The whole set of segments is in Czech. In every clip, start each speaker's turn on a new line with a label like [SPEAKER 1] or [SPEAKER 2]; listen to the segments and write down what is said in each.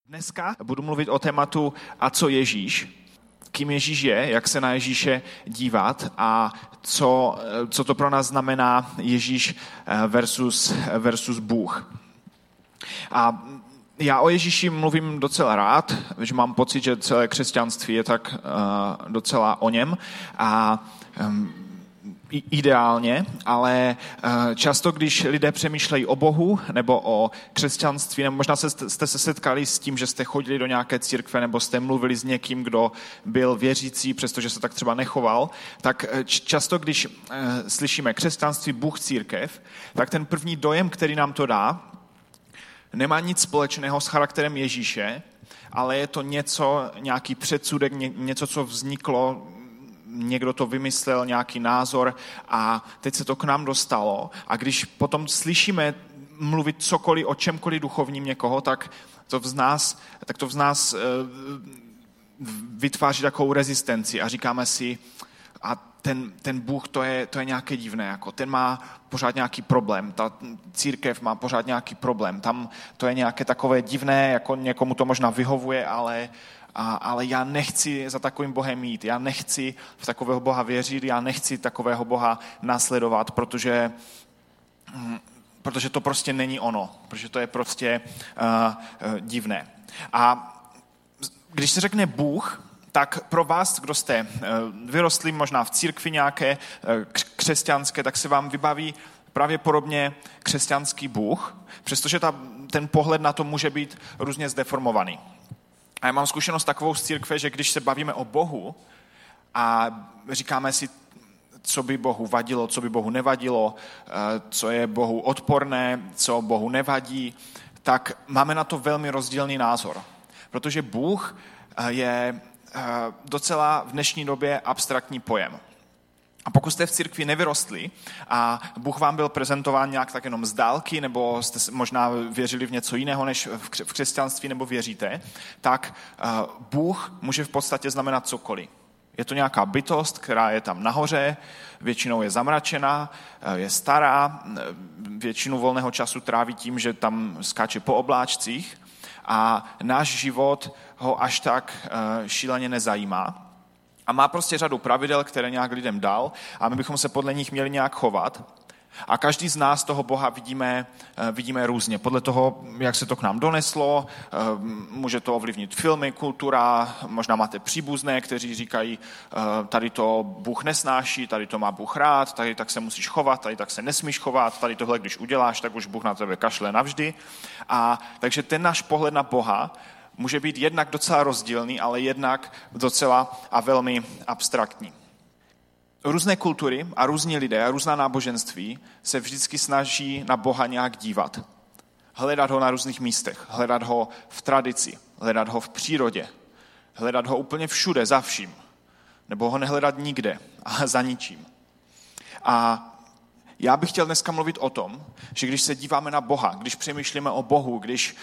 [SPEAKER 1] Dneska budu mluvit o tématu a co Ježíš, kým Ježíš je, jak se na Ježíše dívat a co to pro nás znamená Ježíš versus Bůh. A já o Ježíši mluvím docela rád, že mám pocit, že celé křesťanství je tak docela o něm a ideálně, ale často, když lidé přemýšlejí o Bohu nebo o křesťanství, nebo možná jste se setkali s tím, že jste chodili do nějaké církve nebo jste mluvili s někým, kdo byl věřící, přestože se tak třeba nechoval, tak často, když slyšíme křesťanství, Bůh, církev, tak ten první dojem, který nám to dá, nemá nic společného s charakterem Ježíše, ale je to nějaký předsudek, něco, co vzniklo, někdo to vymyslel, nějaký názor a teď se to k nám dostalo. A když potom slyšíme mluvit cokoliv o čemkoliv duchovním někoho, tak to v nás vytváří takovou rezistenci a říkáme si, a ten Bůh, to je nějaké divné, jako ten má pořád nějaký problém, ta církev má pořád nějaký problém, tam to je nějaké takové divné, jako někomu to možná vyhovuje, ale já nechci za takovým Bohem jít, já nechci v takového Boha věřit, já nechci takového Boha následovat, protože to prostě není ono, protože to je prostě divné. A když se řekne Bůh, tak pro vás, kdo jste vyrostli možná v církvi nějaké křesťanské, tak se vám vybaví pravděpodobně křesťanský Bůh, přestože ten pohled na to může být různě zdeformovaný. A já mám zkušenost takovou z církve, že když se bavíme o Bohu a říkáme si, co by Bohu vadilo, co by Bohu nevadilo, co je Bohu odporné, co Bohu nevadí, tak máme na to velmi rozdílný názor. Protože Bůh je docela v dnešní době abstraktní pojem. A pokud jste v církvi nevyrostli a Bůh vám byl prezentován nějak tak jenom z dálky, nebo jste možná věřili v něco jiného, než v křesťanství, nebo věříte, tak Bůh může v podstatě znamenat cokoliv. Je to nějaká bytost, která je tam nahoře, většinou je zamračená, je stará, většinu volného času tráví tím, že tam skáče po obláčcích a náš život ho až tak šíleně nezajímá. A má prostě řadu pravidel, které nějak lidem dal a my bychom se podle nich měli nějak chovat. A každý z nás toho Boha vidíme různě. Podle toho, jak se to k nám doneslo, může to ovlivnit filmy, kultura, možná máte příbuzné, kteří říkají, tady to Bůh nesnáší, tady to má Bůh rád, tady tak se musíš chovat, tady tak se nesmíš chovat, tady tohle, když uděláš, tak už Bůh na tebe kašle navždy. A takže ten náš pohled na Boha může být jednak docela rozdílný, ale jednak docela a velmi abstraktní. Různé kultury a různí lidé a různá náboženství se vždycky snaží na Boha nějak dívat. Hledat ho na různých místech, hledat ho v tradici, hledat ho v přírodě, hledat ho úplně všude, za vším. Nebo ho nehledat nikde a za ničím. A já bych chtěl dneska mluvit o tom, že když se díváme na Boha, když přemýšlíme o Bohu,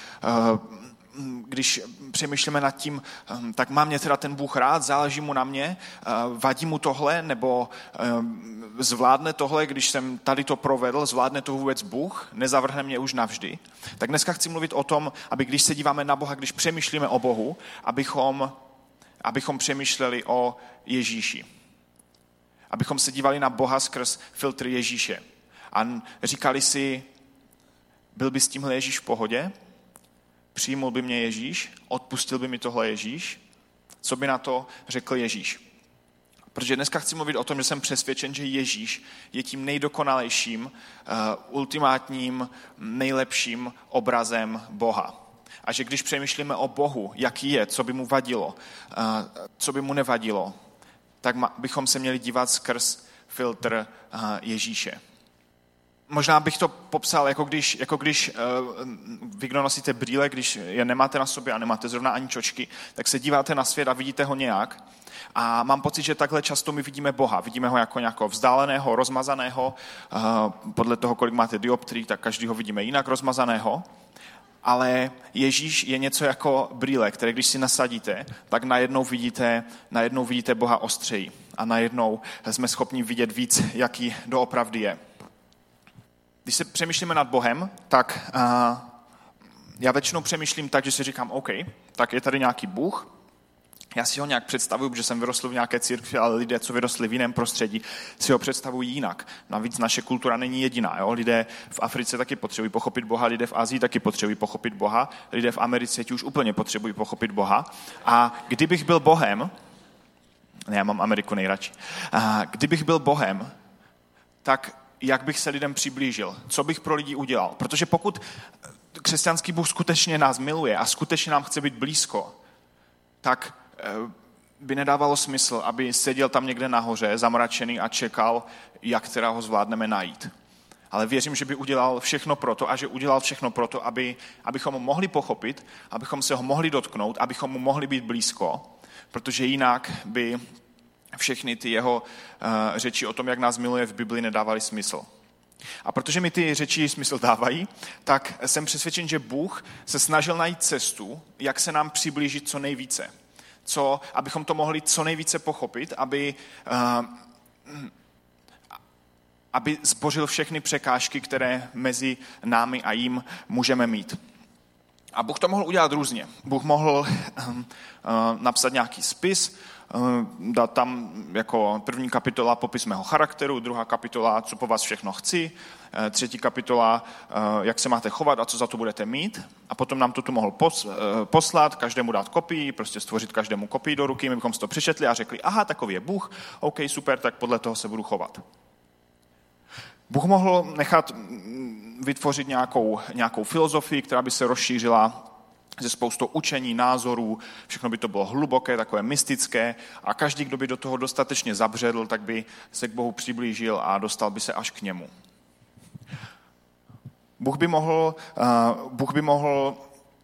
[SPEAKER 1] když přemýšlíme nad tím, tak má mě teda ten Bůh rád, záleží mu na mě, vadí mu tohle, nebo zvládne tohle, když jsem tady to provedl, zvládne to vůbec Bůh, nezavrhne mě už navždy. Tak dneska chci mluvit o tom, aby když se díváme na Boha, když přemýšlíme o Bohu, abychom přemýšleli o Ježíši. Abychom se dívali na Boha skrz filtr Ježíše. A říkali si, byl by s tímhle Ježíš v pohodě? Přijmul by mě Ježíš? Odpustil by mi tohle Ježíš? Co by na to řekl Ježíš? Protože dneska chci mluvit o tom, že jsem přesvědčen, že Ježíš je tím nejdokonalejším, ultimátním, nejlepším obrazem Boha. A že když přemýšlíme o Bohu, jaký je, co by mu vadilo, co by mu nevadilo, tak bychom se měli dívat skrz filtr Ježíše. Možná bych to popsal, jako když vy, kdo nosíte brýle, když je nemáte na sobě a nemáte zrovna ani čočky, tak se díváte na svět a vidíte ho nějak. A mám pocit, že takhle často my vidíme Boha. Vidíme ho jako nějakého vzdáleného, rozmazaného. Podle toho, kolik máte dioptrií, tak každý ho vidíme jinak rozmazaného. Ale Ježíš je něco jako brýle, které když si nasadíte, tak najednou vidíte Boha ostřeji. A najednou jsme schopni vidět víc, jaký doopravdy je. Když se přemýšlíme nad Bohem, tak já většinou přemýšlím tak, že si říkám, OK, tak je tady nějaký Bůh, já si ho nějak představuju, protože jsem vyrostl v nějaké církvi, ale lidé, co vyrostli v jiném prostředí, si ho představují jinak. Navíc naše kultura není jediná. Jo? Lidé v Africe taky potřebují pochopit Boha, lidé v Asii taky potřebují pochopit Boha, lidé v Americe ti už úplně potřebují pochopit Boha. A kdybych byl Bohem, já mám Ameriku nejradši, kdybych byl Bohem, tak jak bych se lidem přiblížil? Co bych pro lidi udělal? Protože pokud křesťanský Bůh skutečně nás miluje a skutečně nám chce být blízko, tak by nedávalo smysl, aby seděl tam někde nahoře, zamračený a čekal, jak teda ho zvládneme najít. Ale věřím, že by udělal všechno proto a že udělal všechno proto, abychom ho mohli pochopit, abychom se ho mohli dotknout, abychom mu mohli být blízko, protože jinak by všechny ty jeho řeči o tom, jak nás miluje v Bibli, nedávaly smysl. A protože mi ty řeči smysl dávají, tak jsem přesvědčen, že Bůh se snažil najít cestu, jak se nám přiblížit co nejvíce. Abychom to mohli co nejvíce pochopit, aby zbořil všechny překážky, které mezi námi a jím můžeme mít. A Bůh to mohl udělat různě. Bůh mohl napsat nějaký spis, dát tam jako první kapitola popis mého charakteru, druhá kapitola, co po vás všechno chci, třetí kapitola, jak se máte chovat a co za to budete mít. A potom nám to tu mohl poslat, každému dát kopii, prostě stvořit každému kopii do ruky, my bychom si to přečetli a řekli, aha, takový je Bůh, OK, super, tak podle toho se budu chovat. Bůh mohl nechat vytvořit nějakou filozofii, která by se rozšířila ze spoustou učení, názorů, všechno by to bylo hluboké, takové mystické a každý, kdo by do toho dostatečně zabředl, tak by se k Bohu přiblížil a dostal by se až k němu. Bůh by mohl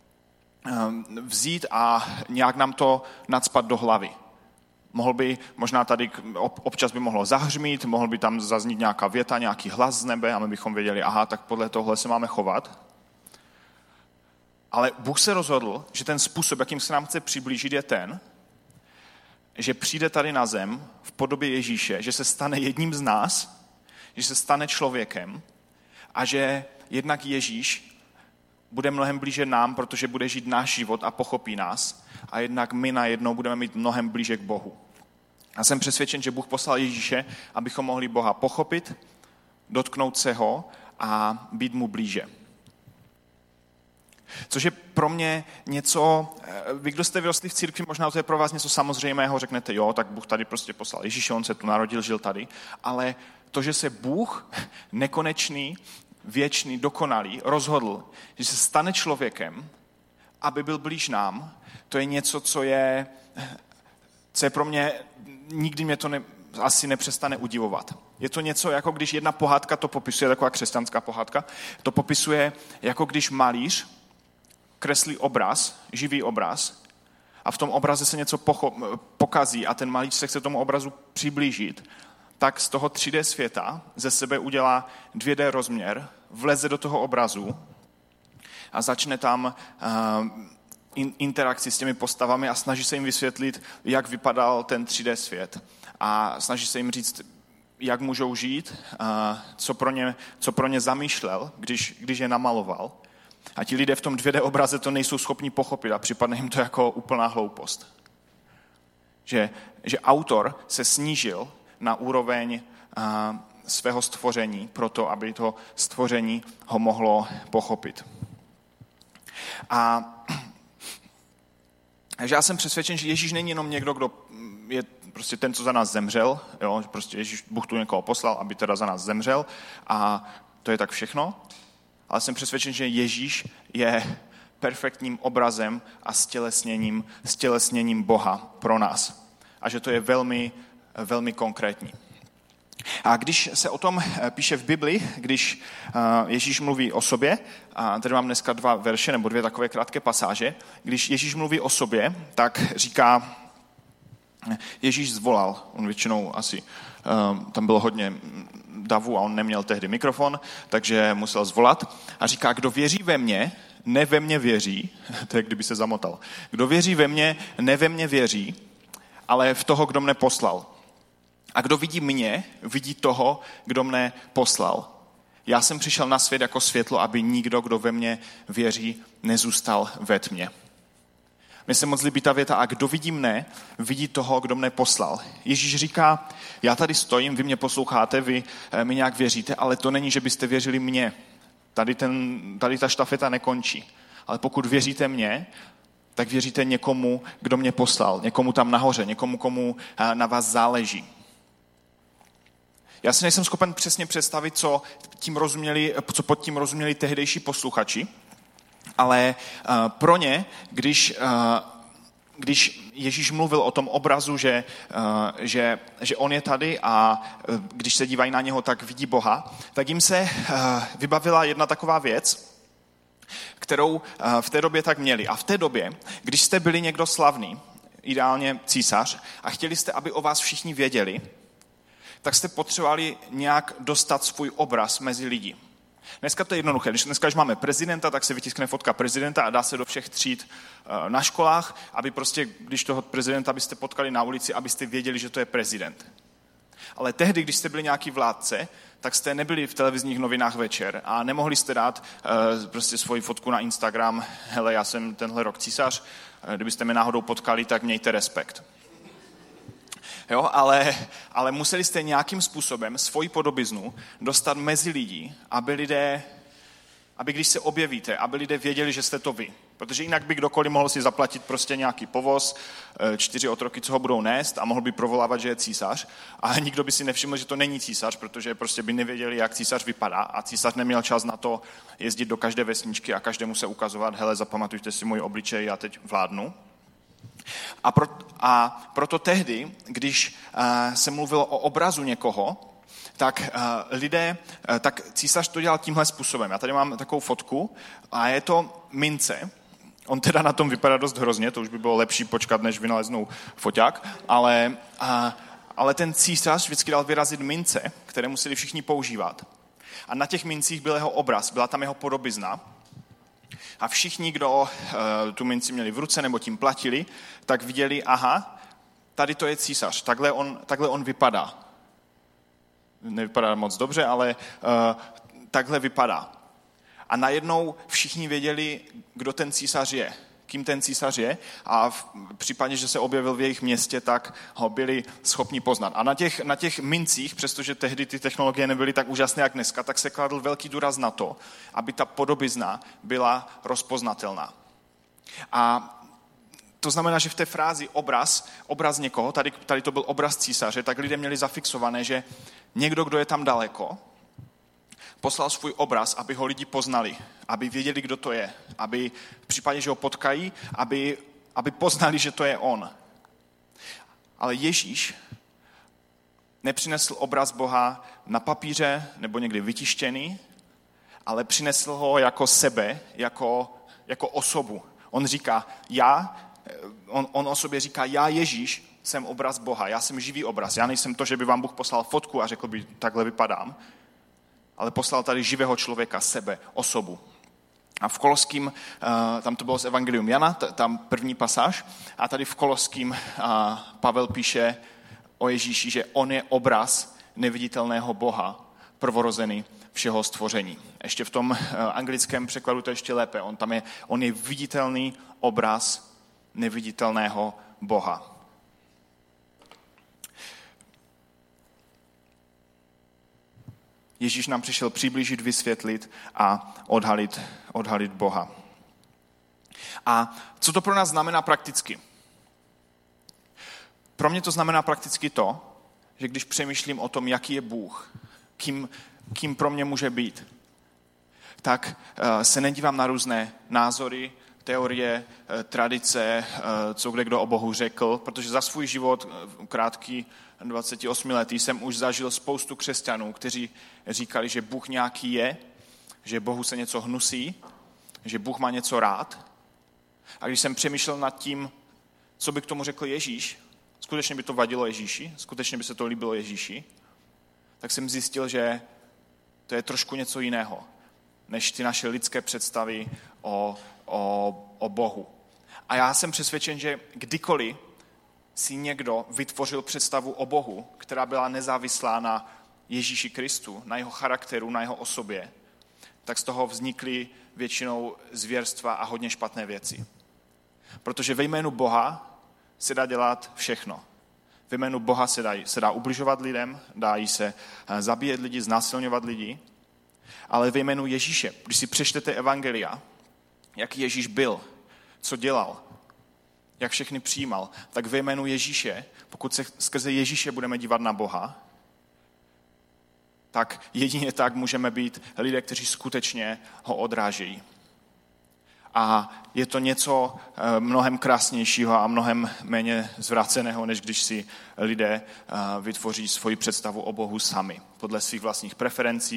[SPEAKER 1] vzít a nějak nám to nacpat do hlavy. Možná tady občas by mohlo zahřmít, mohl by tam zaznít nějaká věta, nějaký hlas z nebe a my bychom věděli, aha, tak podle tohle se máme chovat. Ale Bůh se rozhodl, že ten způsob, jakým se nám chce přiblížit, je ten, že přijde tady na zem v podobě Ježíše, že se stane jedním z nás, že se stane člověkem a že jednak Ježíš bude mnohem blíže nám, protože bude žít náš život a pochopí nás a jednak my najednou budeme mít mnohem blíže k Bohu. A jsem přesvědčen, že Bůh poslal Ježíše, abychom mohli Boha pochopit, dotknout se ho a být mu blíže. Což je pro mě něco, vy, kdo jste vyrostli v církvi, možná to je pro vás něco samozřejmého, řeknete, jo, tak Bůh tady prostě poslal Ježíše, on se tu narodil, žil tady, ale to, že se Bůh, nekonečný, věčný, dokonalý, rozhodl, že se stane člověkem, aby byl blíž nám, to je něco, co je pro mě, nikdy mě to asi nepřestane udivovat. Je to něco, jako když jedna pohádka to popisuje, taková křesťanská pohádka, to popisuje, jako když malíř kreslí obraz, živý obraz, a v tom obraze se něco pokazí a ten malíř se chce tomu obrazu přiblížit, tak z toho 3D světa ze sebe udělá 2D rozměr, vleze do toho obrazu a začne tam interakci s těmi postavami a snaží se jim vysvětlit, jak vypadal ten 3D svět. A snaží se jim říct, jak můžou žít, co pro ně zamýšlel, když je namaloval. A ti lidé v tom 2D obraze to nejsou schopni pochopit a připadne jim to jako úplná hloupost. Že autor se snížil na úroveň svého stvoření proto, aby to stvoření ho mohlo pochopit. Takže já jsem přesvědčen, že Ježíš není jenom někdo, kdo je prostě ten, co za nás zemřel, jo? Prostě Ježíš, Bůh tu někoho poslal, aby teda za nás zemřel a to je tak všechno. Ale jsem přesvědčen, že Ježíš je perfektním obrazem a stělesněním Boha pro nás. A že to je velmi, velmi konkrétní. A když se o tom píše v Bibli, když Ježíš mluví o sobě, a tady mám dneska 2 verše nebo 2 takové krátké pasáže, když Ježíš mluví o sobě, tak říká, Ježíš zvolal, on většinou asi, tam bylo hodně davu a on neměl tehdy mikrofon, takže musel zvolat a říká, kdo věří ve mě, ne ve mně věří, to je kdyby se zamotal, kdo věří ve mě, ne ve mně věří, ale v toho, kdo mne poslal. A kdo vidí mě, vidí toho, kdo mne poslal. Já jsem přišel na svět jako světlo, aby nikdo, kdo ve mně věří, nezůstal ve tmě. Mně se moc líbí ta věta, a kdo vidí mne, vidí toho, kdo mne poslal. Ježíš říká, já tady stojím, vy mě posloucháte, vy mi nějak věříte, ale to není, že byste věřili mně. Tady ta štafeta nekončí. Ale pokud věříte mně, tak věříte někomu, kdo mě poslal, někomu tam nahoře, někomu, komu na vás záleží. Já si nejsem schopen přesně představit, co pod tím rozuměli tehdejší posluchači, ale pro ně, když Ježíš mluvil o tom obrazu, že on je tady a když se dívají na něho, tak vidí Boha, tak jim se vybavila jedna taková věc, kterou v té době tak měli. A v té době, když jste byli někdo slavný, ideálně císař, a chtěli jste, aby o vás všichni věděli, tak jste potřebovali nějak dostat svůj obraz mezi lidi. Dneska to je jednoduché. Když máme prezidenta, tak se vytiskne fotka prezidenta a dá se do všech tříd na školách, aby prostě, když toho prezidenta byste potkali na ulici, abyste věděli, že to je prezident. Ale tehdy, když jste byli nějaký vládce, tak jste nebyli v televizních novinách večer a nemohli jste dát prostě svoji fotku na Instagram, hele, já jsem tenhle rok císař, kdybyste mě náhodou potkali, tak mějte respekt. Jo, ale museli jste nějakým způsobem svoji podobiznu dostat mezi lidi, aby když se objevíte, aby lidé věděli, že jste to vy. Protože jinak by kdokoliv mohl si zaplatit prostě nějaký povoz, 4 otroky, co ho budou nést a mohl by provolávat, že je císař. A nikdo by si nevšiml, že to není císař, protože prostě by nevěděli, jak císař vypadá. A císař neměl čas na to jezdit do každé vesničky a každému se ukazovat, hele, zapamatujte si můj obličej, já teď vládnu. A proto tehdy, když se mluvilo o obrazu někoho, tak císař to dělal tímhle způsobem. Já tady mám takovou fotku a je to mince. On teda na tom vypadá dost hrozně, to už by bylo lepší počkat, než vynaleznou foťák, ale ten císař vždycky dal vyrazit mince, které museli všichni používat. A na těch mincích byl jeho obraz, byla tam jeho podobizna. A všichni, kdo tu minci měli v ruce nebo tím platili, tak viděli, aha, tady to je císař, takhle on vypadá. Nevypadá moc dobře, ale takhle vypadá. A najednou všichni věděli, kdo ten císař je, kým ten císař je a v případě, že se objevil v jejich městě, tak ho byli schopni poznat. A na těch mincích, přestože tehdy ty technologie nebyly tak úžasné jak dneska, tak se kladl velký důraz na to, aby ta podobizna byla rozpoznatelná. A to znamená, že v té frázi obraz někoho, tady to byl obraz císaře, tak lidé měli zafixované, že někdo, kdo je tam daleko, poslal svůj obraz, aby ho lidi poznali, aby věděli, kdo to je, aby v případě, že ho potkají, aby poznali, že to je on. Ale Ježíš nepřinesl obraz Boha na papíře nebo někdy vytištěný, ale přinesl ho jako sebe, jako osobu. On říká, on o sobě říká, já Ježíš jsem obraz Boha, já jsem živý obraz, já nejsem to, že by vám Bůh poslal fotku a řekl by, takhle vypadám, ale poslal tady živého člověka, sebe, osobu. A v Koloským, tam to bylo z Evangelium Jana, tam první pasáž, a tady v Koloským Pavel píše o Ježíši, že on je obraz neviditelného Boha, prvorozený všeho stvoření. Ještě v tom anglickém překladu to ještě lépe. On je viditelný obraz neviditelného Boha. Ježíš nám přišel přiblížit, vysvětlit a odhalit Boha. A co to pro nás znamená prakticky? Pro mě to znamená prakticky to, že když přemýšlím o tom, jaký je Bůh, kým pro mě může být, tak se nedívám na různé názory, teorie, tradice, co kde kdo o Bohu řekl, protože za svůj život, krátký 28 letý, jsem už zažil spoustu křesťanů, kteří říkali, že Bůh nějaký je, že Bohu se něco hnusí, že Bůh má něco rád. A když jsem přemýšlel nad tím, co by k tomu řekl Ježíš, skutečně by to vadilo Ježíši, skutečně by se to líbilo Ježíši, tak jsem zjistil, že to je trošku něco jiného, než ty naše lidské představy o Bohu. A já jsem přesvědčen, že kdykoliv si někdo vytvořil představu o Bohu, která byla nezávislá na Ježíši Kristu, na jeho charakteru, na jeho osobě, tak z toho vznikly většinou zvěrstva a hodně špatné věci. Protože ve jménu Boha se dá dělat všechno. Ve jménu Boha se dá ubližovat lidem, dají se zabíjet lidi, znásilňovat lidi, ale ve jménu Ježíše, když si přečtete evangelia, jak Ježíš byl, co dělal, jak všechny přijímal, tak ve jménu Ježíše, pokud se skrze Ježíše budeme dívat na Boha, tak jedině tak můžeme být lidé, kteří skutečně ho odrážejí. A je to něco mnohem krásnějšího a mnohem méně zvráceného, než když si lidé vytvoří svoji představu o Bohu sami. Podle svých vlastních preferencí,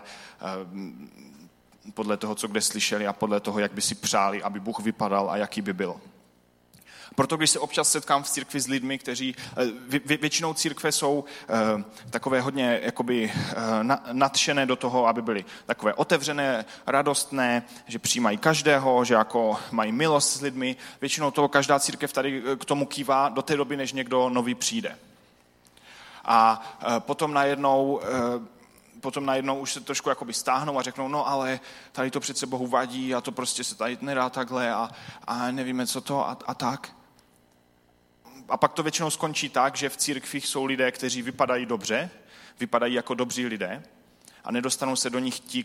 [SPEAKER 1] podle toho, co kde slyšeli a podle toho, jak by si přáli, aby Bůh vypadal a jaký by byl. Proto když se občas setkám v církvi s lidmi, kteří, většinou církve jsou takové hodně jakoby nadšené do toho, aby byly takové otevřené, radostné, že přijímají každého, že jako mají milost s lidmi. Většinou toho každá církev tady k tomu kývá do té doby, než někdo nový přijde. A potom najednou už se trošku jakoby stáhnou a řeknou, no ale tady to přece Bohu vadí a to prostě se tady nedá takhle a nevíme co to a tak. A pak to většinou skončí tak, že v církvích jsou lidé, kteří vypadají dobře, vypadají jako dobří lidé a nedostanou se do nich ti,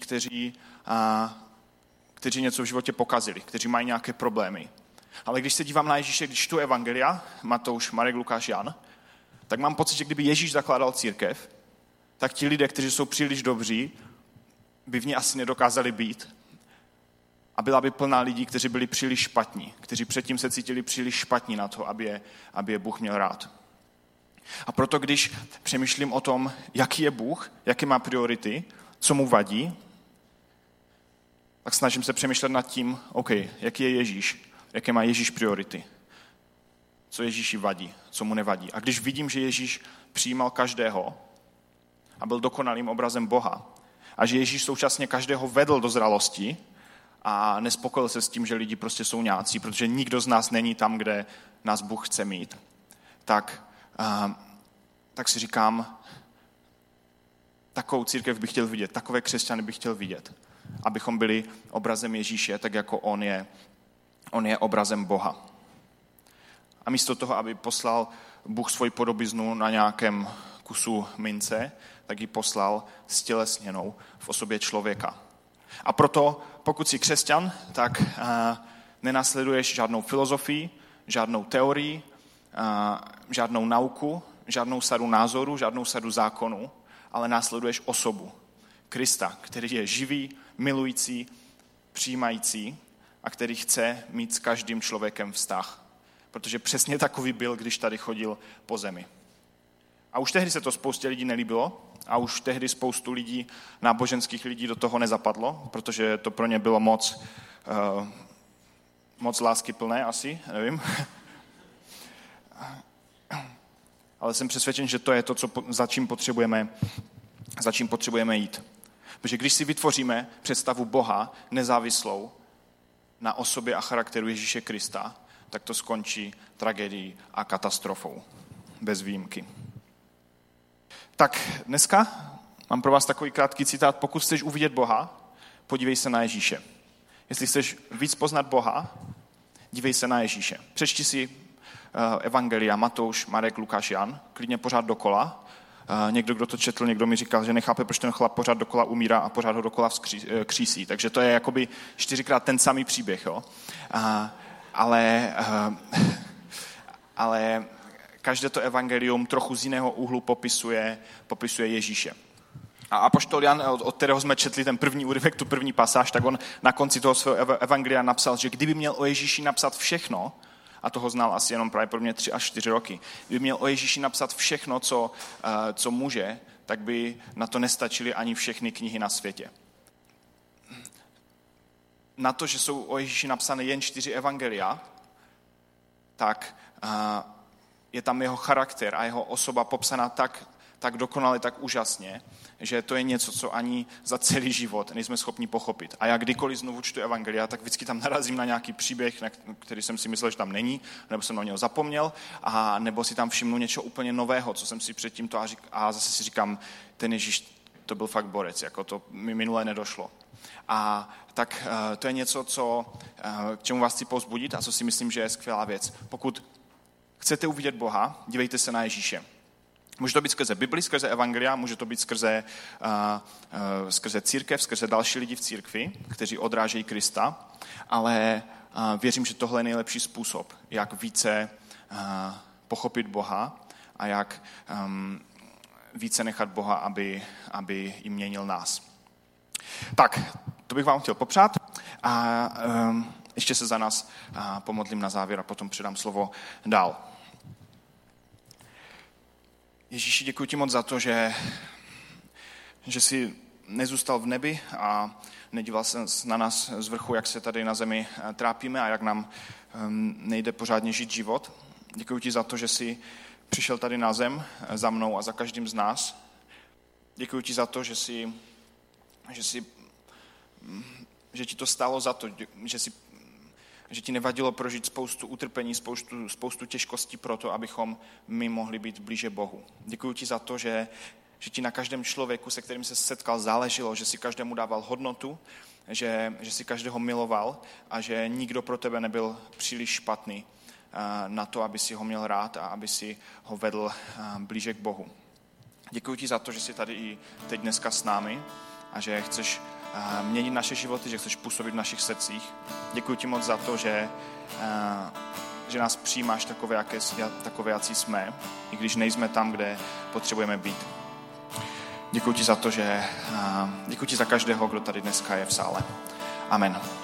[SPEAKER 1] kteří něco v životě pokazili, kteří mají nějaké problémy. Ale když se dívám na Ježíše, když čtu evangelia, Matouš, Marek, Lukáš, Jan, tak mám pocit, že kdyby Ježíš zakládal církev, tak ti lidé, kteří jsou příliš dobří, by v ní asi nedokázali být. A byla by plná lidí, kteří byli příliš špatní, kteří předtím se cítili příliš špatní na to, aby je Bůh měl rád. A proto, když přemýšlím o tom, jaký je Bůh, jaké má priority, co mu vadí, tak snažím se přemýšlet nad tím, jaký je Ježíš, jaké má Ježíš priority, co Ježíši vadí, co mu nevadí. A když vidím, že Ježíš přijímal každého a byl dokonalým obrazem Boha a že Ježíš současně každého vedl do zralosti a nespokojil se s tím, že lidi prostě jsou nějací, protože nikdo z nás není tam, kde nás Bůh chce mít, tak si říkám, takovou církev bych chtěl vidět, takové křesťany bych chtěl vidět, abychom byli obrazem Ježíše, tak jako on je obrazem Boha. A místo toho, aby poslal Bůh svoji podobiznu na nějakém kusu mince, tak ji poslal stělesněnou v osobě člověka. A proto, pokud jsi křesťan, tak nenásleduješ žádnou filozofii, žádnou teorii, žádnou nauku, žádnou sadu názorů, žádnou sadu zákonů, ale následuješ osobu Krista, který je živý, milující, přijímající a který chce mít s každým člověkem vztah. Protože přesně takový byl, když tady chodil po zemi. A už tehdy se to spoustě lidí nelíbilo a už tehdy spoustu lidí, náboženských lidí do toho nezapadlo, protože to pro ně bylo moc láskyplné asi, nevím. Ale jsem přesvědčen, že to je to, za čím potřebujeme jít. Protože když si vytvoříme představu Boha nezávislou na osobě a charakteru Ježíše Krista, tak to skončí tragédií a katastrofou. Bez výjimky. Tak dneska mám pro vás takový krátký citát. Pokud chceš uvidět Boha, podívej se na Ježíše. Jestli chceš víc poznat Boha, dívej se na Ježíše. Přečti si evangelia Matouš, Marek, Lukáš, Jan, klidně pořád dokola. Někdo, kdo to četl, někdo mi říkal, že nechápe, proč ten chlap pořád dokola umírá a pořád ho dokola křísí. Takže to je jakoby 4krát ten samý příběh. Jo? Ale každé to evangelium trochu z jiného úhlu popisuje Ježíše. A apoštol Jan, od kterého jsme četli ten první úryvek, tu první pasáž, tak on na konci toho svého evangelia napsal, že kdyby měl o Ježíši napsat všechno, a toho znal asi jenom pravděpodobně 3 až 4 roky, kdyby měl o Ježíši napsat všechno, co může, tak by na to nestačily ani všechny knihy na světě. Na to, že jsou o Ježíši napsané jen 4 evangelia, tak je tam jeho charakter a jeho osoba popsaná tak tak dokonale, tak úžasně, že to je něco, co ani za celý život nejsme schopni pochopit. A já kdykoliv znovu čtu evangelia, tak vždycky tam narazím na nějaký příběh, který jsem si myslel, že tam není, nebo jsem na něho zapomněl, a nebo si tam všimnu něco úplně nového, co jsem si předtím to a zase si říkám, ten Ježíš, to byl fakt borec, jako to mi minule nedošlo. A tak to je něco, k čemu vás chci povzbudit a co si myslím, že je skvělá věc. Pokud chcete uvidět Boha, dívejte se na Ježíše. Může to být skrze Bibli, skrze evangelia, může to být skrze církev, skrze další lidi v církvi, kteří odrážejí Krista, ale věřím, že tohle je nejlepší způsob, jak více pochopit Boha a jak více nechat Boha, aby jim měnil nás. Tak, to bych vám chtěl popřát a ještě se za nás pomodlím na závěr a potom předám slovo dál. Ježíši, děkuji ti moc za to, že jsi nezůstal v nebi a nedíval se na nás z vrchu, jak se tady na zemi trápíme a jak nám nejde pořádně žít život. Děkuji ti za to, že jsi přišel tady na zem za mnou a za každým z nás. Děkuji ti za to, že ti to stálo za to, že ti nevadilo prožít spoustu utrpení, spoustu těžkostí pro to, abychom my mohli být blíže Bohu. Děkuji ti za to, že ti na každém člověku, se kterým se setkal, záleželo, že si každému dával hodnotu, že si každého miloval a že nikdo pro tebe nebyl příliš špatný na to, aby si ho měl rád a aby si ho vedl blíže k Bohu. Děkuji ti za to, že jsi tady i teď dneska s námi a že chceš měnit naše životy, že chceš působit v našich srdcích. Děkuji ti moc za to, že nás přijímáš takové, jací jsme, i když nejsme tam, kde potřebujeme být. Děkuji ti za to, děkuji ti za každého, kdo tady dneska je v sále. Amen.